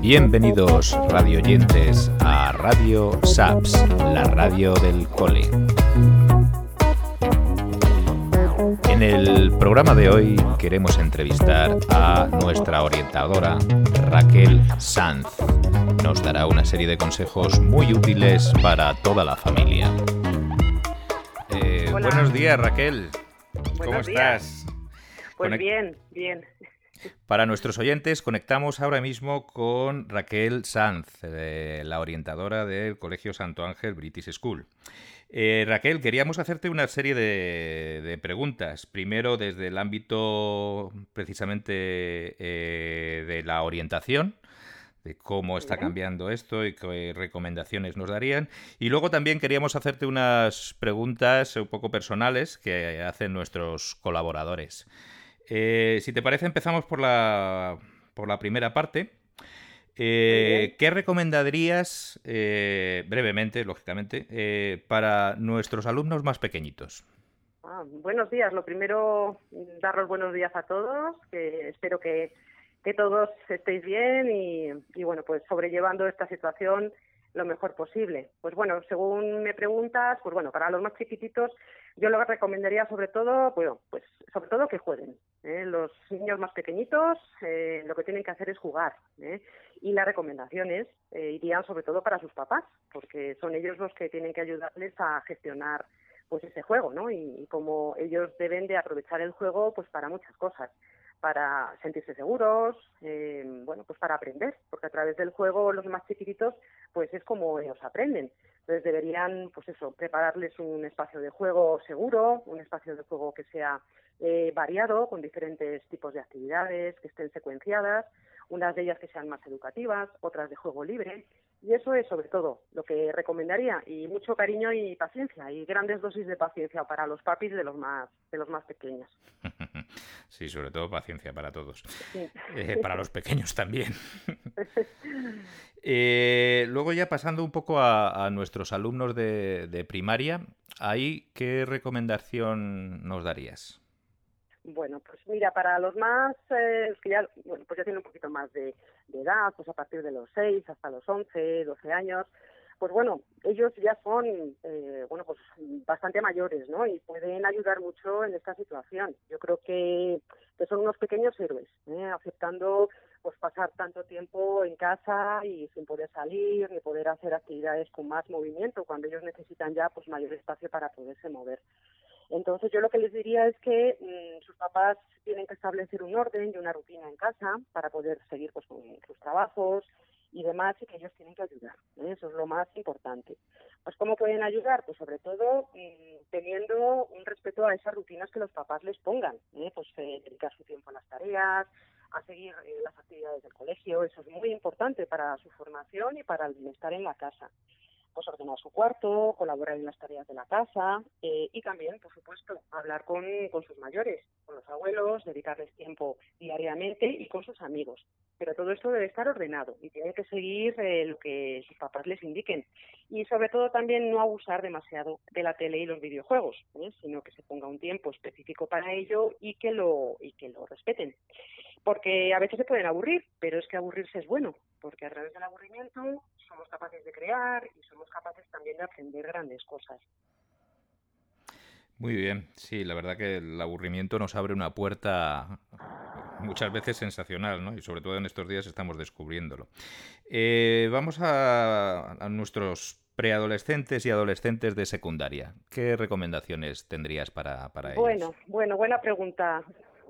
Bienvenidos, radioyentes, a Radio SAPS, la radio del cole. En el programa de hoy queremos entrevistar a nuestra orientadora Raquel Sanz. Nos dará una serie de consejos muy útiles para toda la familia. Buenos días, Raquel. ¿Cómo estás? Pues bien. Para nuestros oyentes, conectamos ahora mismo con Raquel Sanz, la orientadora del Colegio Santo Ángel British School. Raquel, queríamos hacerte una serie de preguntas. Primero, desde el ámbito precisamente de la orientación, de cómo está cambiando esto y qué recomendaciones nos darían. Y luego también queríamos hacerte unas preguntas un poco personales que hacen nuestros colaboradores. Si te parece, empezamos por la primera parte. ¿Qué recomendarías, brevemente, lógicamente, para nuestros alumnos más pequeñitos? Buenos días. Lo primero, dar los buenos días a todos. Espero que todos estéis bien y bueno, pues sobrellevando esta situación lo mejor posible. Pues bueno, según me preguntas, pues bueno, para los más chiquititos yo lo recomendaría sobre todo que jueguen. Los niños más pequeñitos lo que tienen que hacer es jugar. Y las recomendaciones irían sobre todo para sus papás, porque son ellos los que tienen que ayudarles a gestionar pues ese juego, ¿no? Y como ellos deben de aprovechar el juego pues para muchas cosas, para sentirse seguros, pues para aprender, porque a través del juego los más chiquititos pues es como ellos aprenden. Entonces deberían prepararles un espacio de juego seguro, un espacio de juego que sea variado, con diferentes tipos de actividades, que estén secuenciadas, unas de ellas que sean más educativas, otras de juego libre. Y eso es sobre todo lo que recomendaría, y mucho cariño y paciencia, y grandes dosis de paciencia para los papis de los más pequeños. Sí, sobre todo paciencia para todos. Sí. Para los pequeños también. Luego ya pasando un poco a nuestros alumnos de primaria, ¿ahí qué recomendación nos darías? Bueno, pues mira, para los más que ya tienen un poquito más de edad, pues a partir de los 6 hasta los 11, 12 años, pues bueno, ellos ya son pues bastante mayores, ¿no? Y pueden ayudar mucho en esta situación. Yo creo que son unos pequeños héroes, aceptando pues pasar tanto tiempo en casa y sin poder salir ni poder hacer actividades con más movimiento, cuando ellos necesitan ya pues mayor espacio para poderse mover. Entonces yo lo que les diría es que sus papás tienen que establecer un orden y una rutina en casa para poder seguir pues con sus trabajos y demás, y que ellos tienen que ayudar. Eso es lo más importante. Pues ¿cómo pueden ayudar? Pues sobre todo teniendo un respeto a esas rutinas que los papás les pongan. Dedicar su tiempo a las tareas, a seguir las actividades del colegio. Eso es muy importante para su formación y para el bienestar en la casa. Pues ordenar su cuarto, colaborar en las tareas de la casa y también, por supuesto, hablar con sus mayores, con los abuelos, dedicarles tiempo diariamente y con sus amigos. Pero todo esto debe estar ordenado y tiene que seguir lo que sus papás les indiquen. Y sobre todo también no abusar demasiado de la tele y los videojuegos, sino que se ponga un tiempo específico para ello y que lo respeten. Porque a veces se pueden aburrir, pero es que aburrirse es bueno, porque a través del aburrimiento somos capaces de crear y somos capaces también de aprender grandes cosas. Muy bien, sí, la verdad que el aburrimiento nos abre una puerta muchas veces sensacional, ¿no? Y sobre todo en estos días estamos descubriéndolo. Vamos a nuestros preadolescentes y adolescentes de secundaria. ¿Qué recomendaciones tendrías para ellos? Bueno, buena pregunta.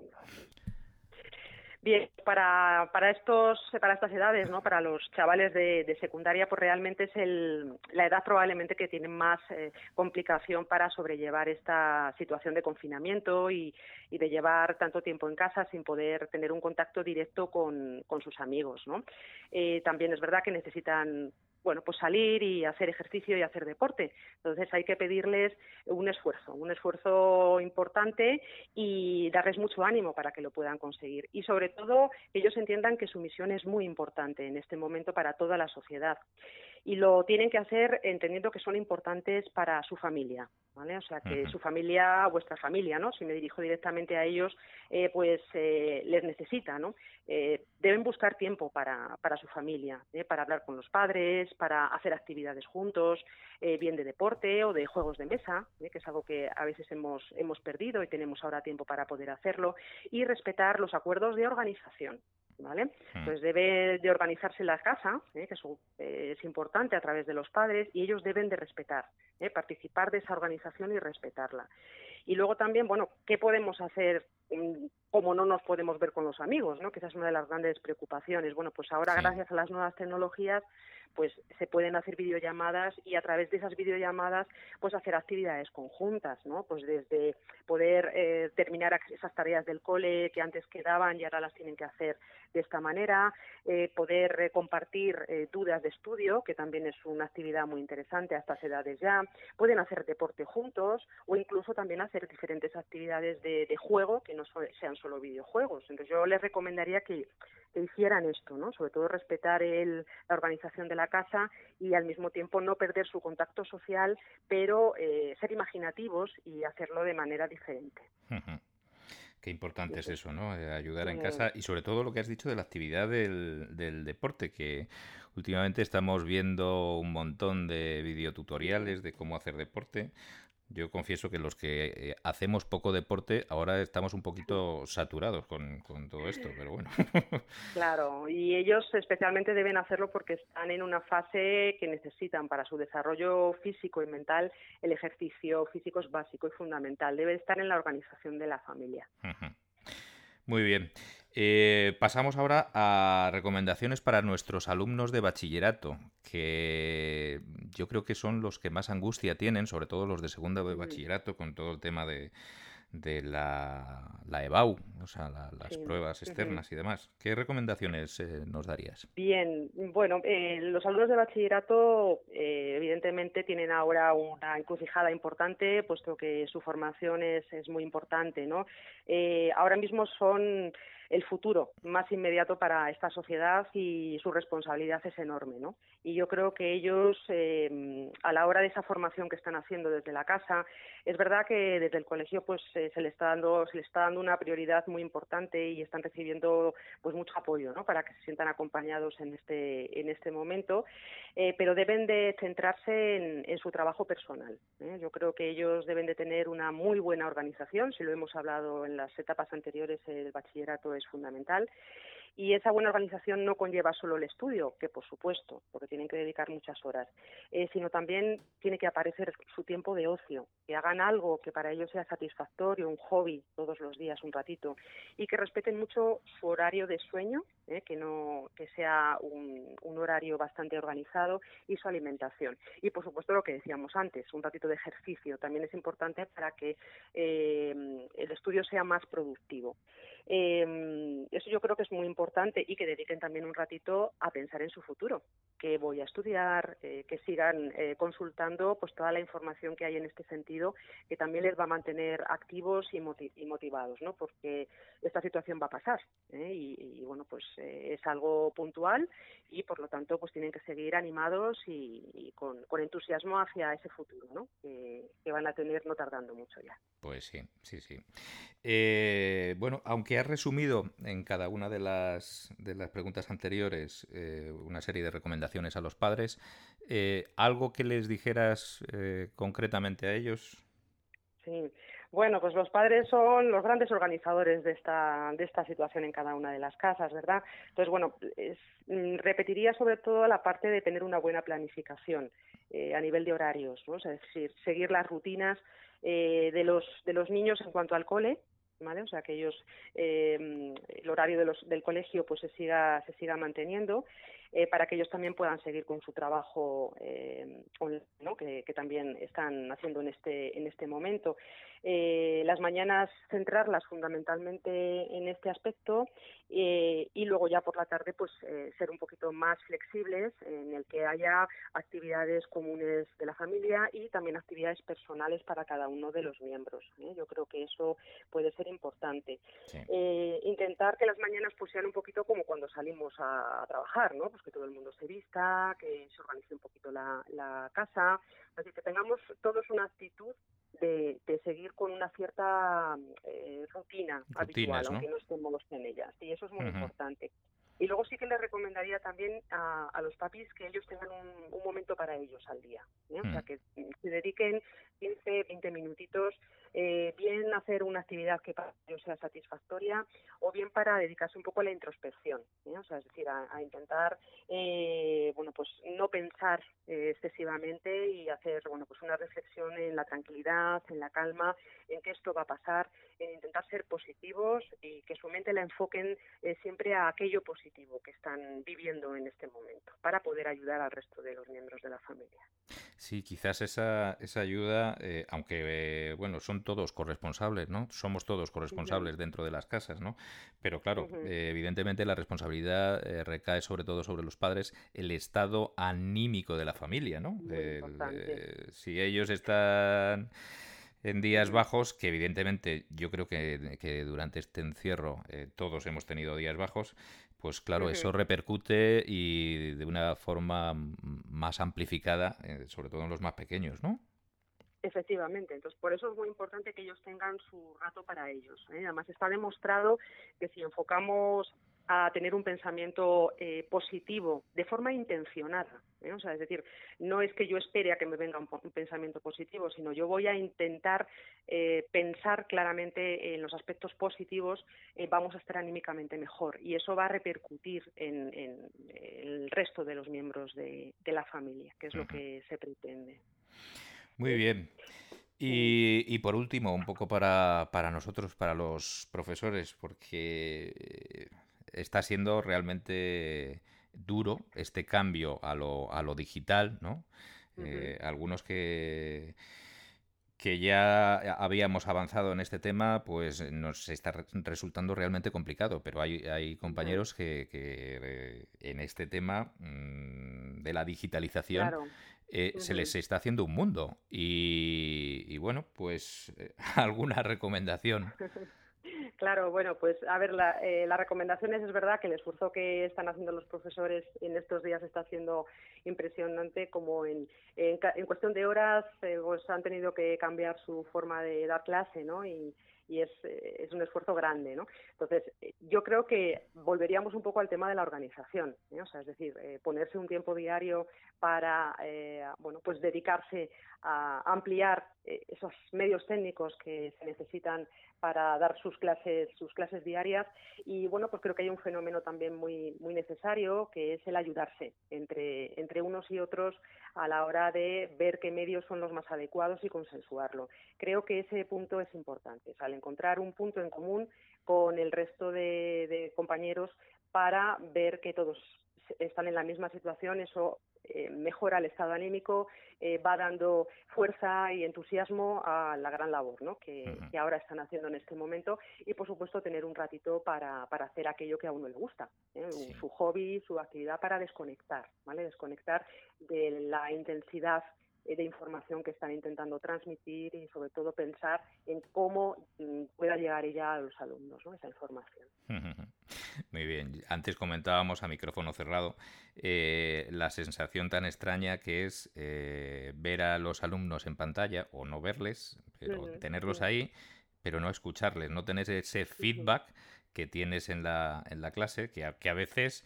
Bien, para estas edades, ¿no? Para los chavales de secundaria, pues realmente es la edad probablemente que tienen más complicación para sobrellevar esta situación de confinamiento y de llevar tanto tiempo en casa sin poder tener un contacto directo con sus amigos, ¿no? También es verdad que necesitan pues salir y hacer ejercicio y hacer deporte. Entonces hay que pedirles un esfuerzo importante y darles mucho ánimo para que lo puedan conseguir. Y sobre todo, ellos entiendan que su misión es muy importante en este momento para toda la sociedad. Y lo tienen que hacer entendiendo que son importantes para su familia, ¿vale? O sea, que Ujú. su familia, vuestra familia, ¿no? Si me dirijo directamente a ellos, les necesita, ¿no? Deben buscar tiempo para su familia, para hablar con los padres, para hacer actividades juntos, bien de deporte o de juegos de mesa, que es algo que a veces hemos perdido y tenemos ahora tiempo para poder hacerlo, y respetar los acuerdos de organización. ¿Vale? Mm. Entonces debe de organizarse la casa, que eso es importante a través de los padres, y ellos deben de respetar, participar de esa organización y respetarla. Y luego también, bueno, ¿qué podemos hacer como no nos podemos ver con los amigos, ¿no? Que esa es una de las grandes preocupaciones. Bueno, pues ahora Sí. gracias a las nuevas tecnologías pues se pueden hacer videollamadas y a través de esas videollamadas pues hacer actividades conjuntas, ¿no? Pues desde poder terminar esas tareas del cole que antes quedaban y ahora las tienen que hacer de esta manera, poder compartir dudas de estudio, que también es una actividad muy interesante a estas edades ya, pueden hacer deporte juntos o incluso también hacer diferentes actividades de juego que no sean solo videojuegos. Entonces yo les recomendaría que hicieran esto, ¿no? Sobre todo respetar la organización de la casa y al mismo tiempo no perder su contacto social, pero ser imaginativos y hacerlo de manera diferente. Ujú. Qué importante Sí, es sí. eso, ¿no? Ayudar en Eh, casa y sobre todo lo que has dicho de la actividad del deporte, que últimamente estamos viendo un montón de videotutoriales de cómo hacer deporte. Yo confieso que los que hacemos poco deporte ahora estamos un poquito saturados con todo esto, pero bueno. Claro, y ellos especialmente deben hacerlo porque están en una fase que necesitan para su desarrollo físico y mental. El ejercicio físico es básico y fundamental. Debe estar en la organización de la familia. Ujú. Muy bien. Pasamos ahora a recomendaciones para nuestros alumnos de bachillerato, que yo creo que son los que más angustia tienen, sobre todo los de segundo de Mm, bachillerato, con todo el tema de la EBAU, o sea, las sí. pruebas Ujú. externas y demás. ¿Qué recomendaciones nos darías? Bien, bueno, los alumnos de bachillerato evidentemente tienen ahora una encrucijada importante, puesto que su formación es muy importante, ¿no? Ahora mismo son el futuro más inmediato para esta sociedad y su responsabilidad es enorme, ¿no? Y yo creo que ellos, a la hora de esa formación que están haciendo desde la casa, es verdad que desde el colegio pues se les está dando una prioridad muy importante y están recibiendo pues mucho apoyo, ¿no? Para que se sientan acompañados en este momento, pero deben de centrarse en su trabajo personal, ¿eh? Yo creo que ellos deben de tener una muy buena organización, si lo hemos hablado en las etapas anteriores, el bachillerato es fundamental. Y esa buena organización no conlleva solo el estudio, que por supuesto, porque tienen que dedicar muchas horas, sino también tiene que aparecer su tiempo de ocio, que hagan algo que para ellos sea satisfactorio, un hobby todos los días, un ratito, y que respeten mucho su horario de sueño, que sea un horario bastante organizado y su alimentación. Y por supuesto lo que decíamos antes, un ratito de ejercicio también es importante para que el estudio sea más productivo. Eso yo creo que es muy importante y que dediquen también un ratito a pensar en su futuro, que voy a estudiar, que sigan consultando pues toda la información que hay en este sentido, que también les va a mantener activos y motivados, ¿no? Porque esta situación va a pasar, y bueno, pues es algo puntual y por lo tanto pues tienen que seguir animados y con entusiasmo hacia ese futuro, ¿no? Que van a tener no tardando mucho ya. Pues sí, sí, sí. Bueno, aunque has resumido en cada una de las preguntas anteriores una serie de recomendaciones a los padres, ¿algo que les dijeras concretamente a ellos? Sí, bueno, pues los padres son los grandes organizadores de esta situación en cada una de las casas, ¿verdad? Entonces, bueno, repetiría sobre todo la parte de tener una buena planificación a nivel de horarios, ¿no? O sea, es decir, seguir las rutinas de los niños en cuanto al cole, ¿vale? O sea, que ellos, el horario del colegio pues se siga manteniendo, para que ellos también puedan seguir con su trabajo online, ¿no? Que también están haciendo en este momento. Las mañanas centrarlas fundamentalmente en este aspecto, y luego ya por la tarde pues ser un poquito más flexibles en el que haya actividades comunes de la familia y también actividades personales para cada uno de los miembros, ¿eh? Yo creo que eso puede ser importante. Sí. Intentar que las mañanas pues sean un poquito como cuando salimos a trabajar, ¿no? Pues que todo el mundo se vista, que se organice un poquito la casa, así que tengamos todos una actitud de seguir con una cierta rutina habitual, Rutinas, ¿no? aunque no estemos en ellas. Y eso es muy Ujú. importante. Y luego sí que les recomendaría también a los papis que ellos tengan un momento para ellos al día, ¿eh? O sea, Mm. que se dediquen 15, 20 minutitos, bien hacer una actividad que para ellos sea satisfactoria o bien para dedicarse un poco a la introspección, ¿eh? O sea, es decir, a intentar, bueno, pues no pensar excesivamente y hacer, bueno, pues una reflexión en la tranquilidad, en la calma, en que esto va a pasar, en intentar ser positivos y que su mente la enfoquen siempre a aquello positivo que están viviendo en este momento para poder ayudar al resto de los miembros de la familia. Sí, quizás esa ayuda, aunque bueno, son todos corresponsables, ¿no? Somos todos Ujú, corresponsables dentro de las casas, ¿no? Pero claro, ujú. evidentemente la responsabilidad recae sobre todo sobre los padres, el estado anímico de la familia, ¿no? Muy importante. Si ellos están en días Ujú, bajos, que evidentemente yo creo que durante este encierro todos hemos tenido días bajos, pues claro, ujú. eso repercute y de una forma más amplificada, sobre todo en los más pequeños, ¿no? Efectivamente, entonces por eso es muy importante que ellos tengan su rato para ellos, ¿eh? Además está demostrado que si enfocamos a tener un pensamiento positivo de forma intencionada, ¿eh? O sea, es decir, no es que yo espere a que me venga un pensamiento positivo, sino yo voy a intentar pensar claramente en los aspectos positivos, vamos a estar anímicamente mejor y eso va a repercutir en el resto de los miembros de la familia, que es lo Ujú. que se pretende. Muy ¿Eh? bien. Y por último, un poco para nosotros, para los profesores, porque está siendo realmente duro este cambio a lo digital, ¿no? Ujú. Algunos que ya habíamos avanzado en este tema, pues nos está resultando realmente complicado, pero hay Ujú, compañeros en este tema de la digitalización claro. se les Ujú. está haciendo un mundo. Y bueno, pues alguna recomendación. Claro, bueno, pues a ver, las recomendaciones es verdad que el esfuerzo que están haciendo los profesores en estos días está siendo impresionante, como en cuestión de horas pues han tenido que cambiar su forma de dar clase, ¿no? Y es un esfuerzo grande, ¿no? Entonces, yo creo que volveríamos un poco al tema de la organización, ¿eh? O sea, es decir, ponerse un tiempo diario para, bueno, pues dedicarse a ampliar esos medios técnicos que se necesitan para dar sus clases diarias y bueno, pues creo que hay un fenómeno también muy necesario que es el ayudarse entre unos y otros a la hora de ver qué medios son los más adecuados y consensuarlo. Creo que ese punto es importante, o sea, al encontrar un punto en común con el resto de compañeros para ver que todos están en la misma situación, eso mejora el estado anímico, va dando fuerza y entusiasmo a la gran labor, ¿no? Ujú. que ahora están haciendo en este momento y, por supuesto, tener un ratito para hacer aquello que a uno le gusta, ¿eh? Sí. Su hobby, su actividad para desconectar, ¿vale? Desconectar de la intensidad de información que están intentando transmitir y, sobre todo, pensar en cómo pueda llegar ella a los alumnos, ¿no? Esa información. Muy bien. Antes comentábamos a micrófono cerrado la sensación tan extraña que es ver a los alumnos en pantalla o no verles, pero Ujú, tenerlos sí, ahí, pero no escucharles, no tener ese ujú, feedback que tienes en la clase, que a veces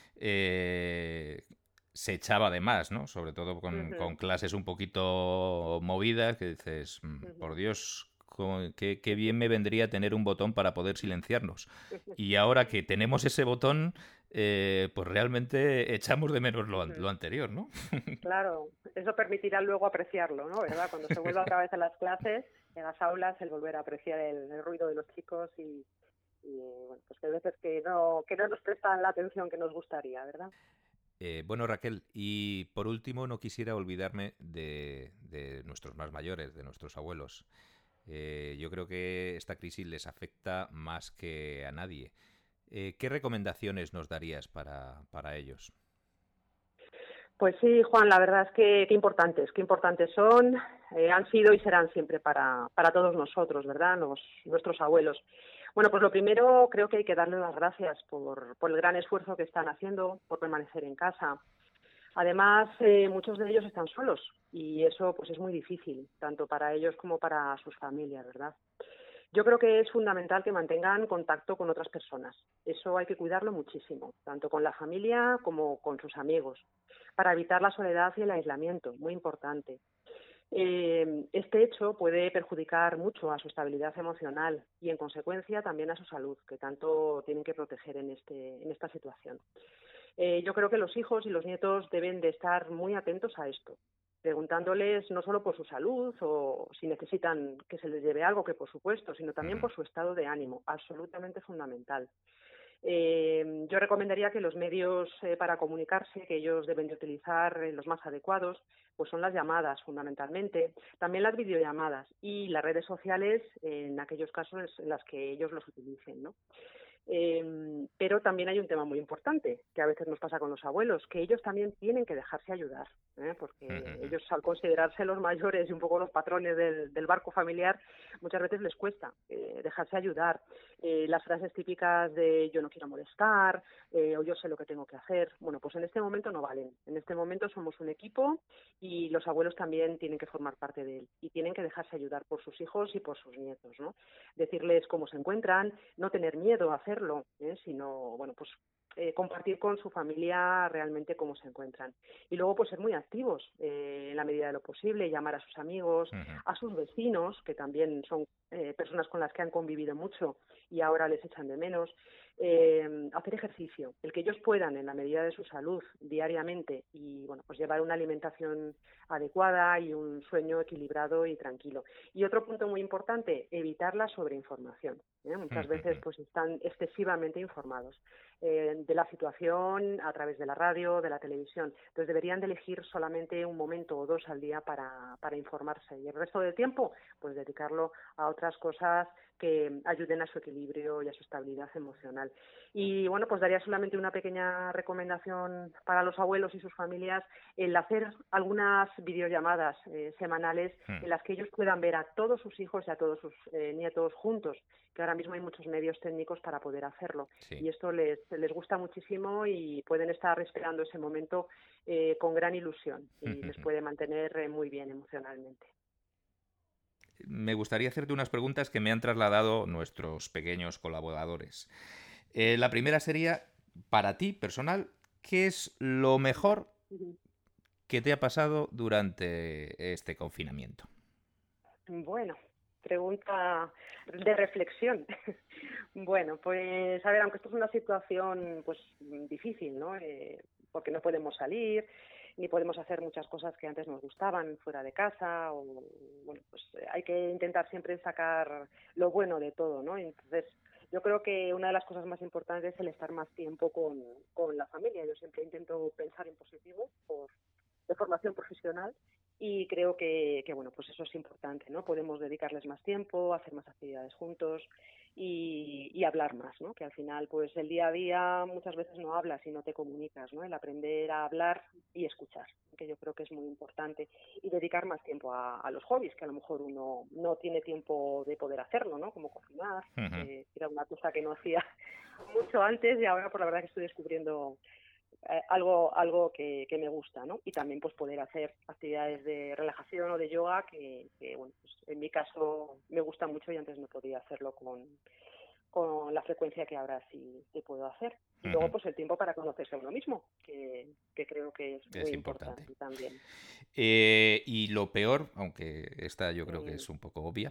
eh, se echaba de más, ¿no? Sobre todo ujú, con clases un poquito movidas, que dices, por ujú. Dios, qué bien me vendría tener un botón para poder silenciarnos. Y ahora que tenemos ese botón, pues realmente echamos de menos lo Ujú. anterior, ¿no? Claro, eso permitirá luego apreciarlo, ¿no? ¿Verdad? Cuando se vuelva otra vez a las clases, en las aulas, el volver a apreciar el ruido de los chicos y, bueno, pues que hay veces que no nos prestan la atención que nos gustaría, ¿verdad? Bueno, Raquel, y por último no quisiera olvidarme de nuestros más mayores, de nuestros abuelos. Yo creo que esta crisis les afecta más que a nadie. ¿Qué recomendaciones nos darías para ellos? Pues sí, Juan, la verdad es que qué importantes son, han sido y serán siempre para todos nosotros, ¿verdad? Nuestros abuelos. Bueno, pues lo primero creo que hay que darles las gracias por el gran esfuerzo que están haciendo por permanecer en casa, Además, muchos de ellos están solos y eso pues es muy difícil, tanto para ellos como para sus familias, ¿verdad? Yo creo que es fundamental que mantengan contacto con otras personas. Eso hay que cuidarlo muchísimo, tanto con la familia como con sus amigos, para evitar la soledad y el aislamiento, muy importante. Este hecho puede perjudicar mucho a su estabilidad emocional y, en consecuencia, también a su salud, que tanto tienen que proteger en esta situación. Yo creo que los hijos y los nietos deben de estar muy atentos a esto, preguntándoles no solo por su salud o si necesitan que se les lleve algo, que por supuesto, sino también por su estado de ánimo, absolutamente fundamental. Yo recomendaría que los medios para comunicarse que ellos deben de utilizar, los más adecuados, pues son las llamadas fundamentalmente, también las videollamadas y las redes sociales en aquellos casos en los que ellos los utilicen, ¿no? Pero también hay un tema muy importante que a veces nos pasa con los abuelos, que ellos también tienen que dejarse ayudar, porque ellos, al considerarse los mayores y un poco los patrones del barco familiar, muchas veces les cuesta dejarse ayudar. Las frases típicas de yo no quiero molestar o yo sé lo que tengo que hacer, bueno, pues en este momento no valen. En este momento somos un equipo y los abuelos también tienen que formar parte de él y tienen que dejarse ayudar por sus hijos y por sus nietos, ¿no? Decirles cómo se encuentran, no tener miedo a hacerlo, sino, bueno, pues compartir con su familia realmente cómo se encuentran. Y luego, pues ser muy activos en la medida de lo posible, llamar a sus amigos, a sus vecinos, que también son personas con las que han convivido mucho y ahora les echan de menos, hacer ejercicio, el que ellos puedan en la medida de su salud diariamente y bueno, pues llevar una alimentación adecuada y un sueño equilibrado y tranquilo. Y otro punto muy importante, evitar la sobreinformación. Muchas veces pues están excesivamente informados de la situación a través de la radio, de la televisión. Entonces deberían de elegir solamente un momento o dos al día para informarse y el resto del tiempo pues dedicarlo a otras cosas que ayuden a su equilibrio y a su estabilidad emocional. Y bueno, pues daría solamente una pequeña recomendación para los abuelos y sus familias, el hacer algunas videollamadas semanales en las que ellos puedan ver a todos sus hijos y a todos sus nietos juntos, que ahora mismo hay muchos medios técnicos para poder hacerlo. Sí. Y esto les gusta muchísimo y pueden estar esperando ese momento con gran ilusión y les puede mantener muy bien emocionalmente. Me gustaría hacerte unas preguntas que me han trasladado nuestros pequeños colaboradores. La primera sería, para ti, personal, ¿qué es lo mejor que te ha pasado durante este confinamiento? Bueno, pregunta de reflexión. Bueno, pues a ver, aunque esto es una situación pues difícil, ¿no? Porque no podemos salir, ni podemos hacer muchas cosas que antes nos gustaban fuera de casa, o bueno, pues hay que intentar siempre sacar lo bueno de todo, ¿no? Entonces, yo creo que una de las cosas más importantes es el estar más tiempo con la familia. Yo siempre intento pensar en positivo de formación profesional y creo que bueno, pues eso es importante, ¿no? Podemos dedicarles más tiempo, hacer más actividades juntos y hablar más, ¿no? Que al final, pues el día a día muchas veces no hablas y no te comunicas, ¿no? El aprender a hablar y escuchar, que yo creo que es muy importante, y dedicar más tiempo a los hobbies, que a lo mejor uno no tiene tiempo de poder hacerlo, ¿no? Como cocinar, era una cosa que no hacía mucho antes y ahora por la verdad que estoy descubriendo algo que me gusta, ¿no? Y también pues poder hacer actividades de relajación o de yoga que bueno, pues en mi caso me gusta mucho y antes no podía hacerlo con la frecuencia que ahora sí puedo hacer. Y luego pues el tiempo para conocerse a uno mismo, que creo que es muy importante también. Y lo peor, aunque esta yo creo que es un poco obvia.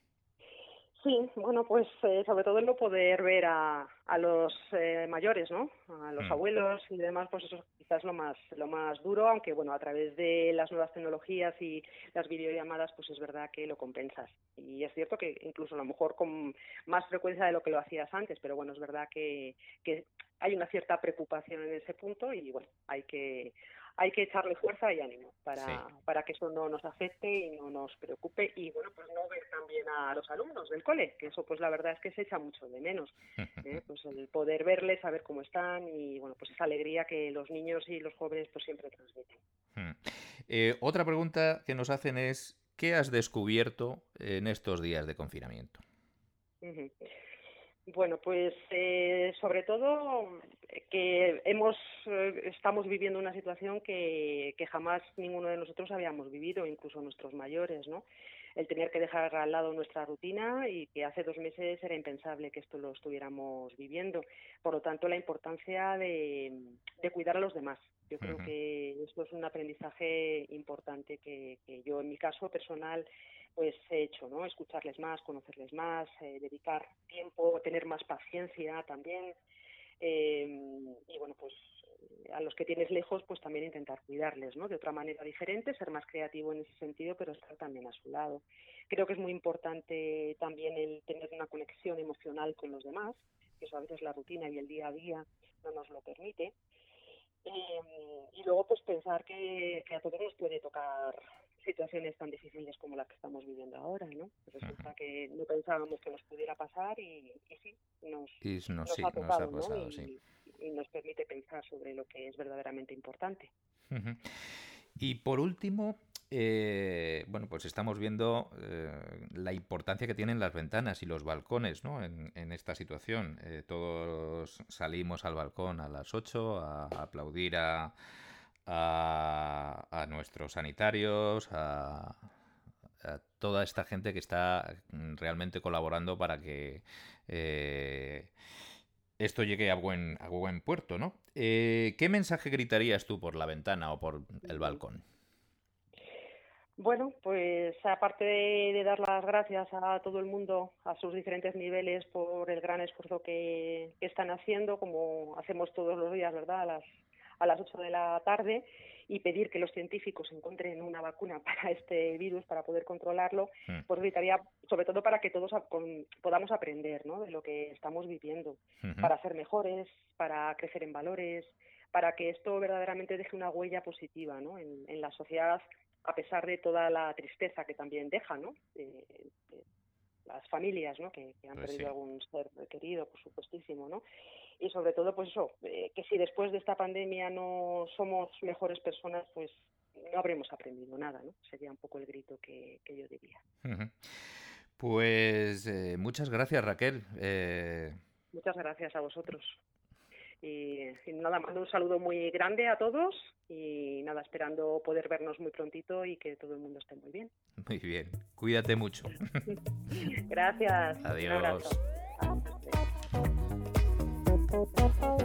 Sí, bueno, pues sobre todo el no poder ver a los mayores, ¿no? A los abuelos y demás, pues eso quizás lo más duro, aunque bueno, a través de las nuevas tecnologías y las videollamadas, pues es verdad que lo compensas. Y es cierto que incluso a lo mejor con más frecuencia de lo que lo hacías antes, pero bueno, es verdad que hay una cierta preocupación en ese punto y bueno, hay que echarle fuerza y ánimo para que eso no nos afecte y no nos preocupe y bueno, pues no ver también a los alumnos del cole, que eso pues la verdad es que se echa mucho de menos, pues el poder verles, saber cómo están y bueno, pues esa alegría que los niños y los jóvenes pues siempre transmiten. Otra pregunta que nos hacen es, ¿qué has descubierto en estos días de confinamiento? Bueno, pues sobre todo que estamos viviendo una situación que jamás ninguno de nosotros habíamos vivido, incluso nuestros mayores, ¿no? El tener que dejar al lado nuestra rutina y que hace 2 meses era impensable que esto lo estuviéramos viviendo. Por lo tanto, la importancia de cuidar a los demás. Yo creo que esto es un aprendizaje importante que yo, en mi caso personal, pues he hecho, ¿no? Escucharles más, conocerles más, dedicar tiempo, tener más paciencia también. Y bueno, pues a los que tienes lejos, pues también intentar cuidarles, ¿no? De otra manera diferente, ser más creativo en ese sentido, pero estar también a su lado. Creo que es muy importante también el tener una conexión emocional con los demás, que eso a veces la rutina y el día a día no nos lo permite. Y luego pues pensar que a todos nos puede tocar situaciones tan difíciles como las que estamos viviendo ahora, ¿no? Resulta que no pensábamos que nos pudiera pasar y sí, nos ha Nos ha tocado, ¿no? pasado, sí. Y nos permite pensar sobre lo que es verdaderamente importante. Y por último, bueno, pues estamos viendo la importancia que tienen las ventanas y los balcones, ¿no? En esta situación. Todos salimos al balcón a las 8 a aplaudir a nuestros sanitarios, a toda esta gente que está realmente colaborando para que esto llegue a buen puerto, ¿no? ¿Qué mensaje gritarías tú por la ventana o por el balcón? Bueno, pues aparte de dar las gracias a todo el mundo a sus diferentes niveles por el gran esfuerzo que están haciendo, como hacemos todos los días, ¿verdad? A las 8 de la tarde, y pedir que los científicos encuentren una vacuna para este virus, para poder controlarlo, pues gritaría sobre todo para que todos podamos aprender, ¿no? De lo que estamos viviendo, para ser mejores, para crecer en valores, para que esto verdaderamente deje una huella positiva, ¿no? En la sociedad, a pesar de toda la tristeza que también deja, ¿no? De las familias, ¿no? Que han Pues perdido sí. algún ser querido, por supuestísimo, ¿no? Y sobre todo, pues eso, que si después de esta pandemia no somos mejores personas, pues no habremos aprendido nada, ¿no? Sería un poco el grito que yo diría. Pues muchas gracias, Raquel. Muchas gracias a vosotros. Y nada, mando un saludo muy grande a todos y nada, esperando poder vernos muy prontito y que todo el mundo esté muy bien. Muy bien. Cuídate mucho. Gracias. Un Adiós. abrazo. Hasta luego.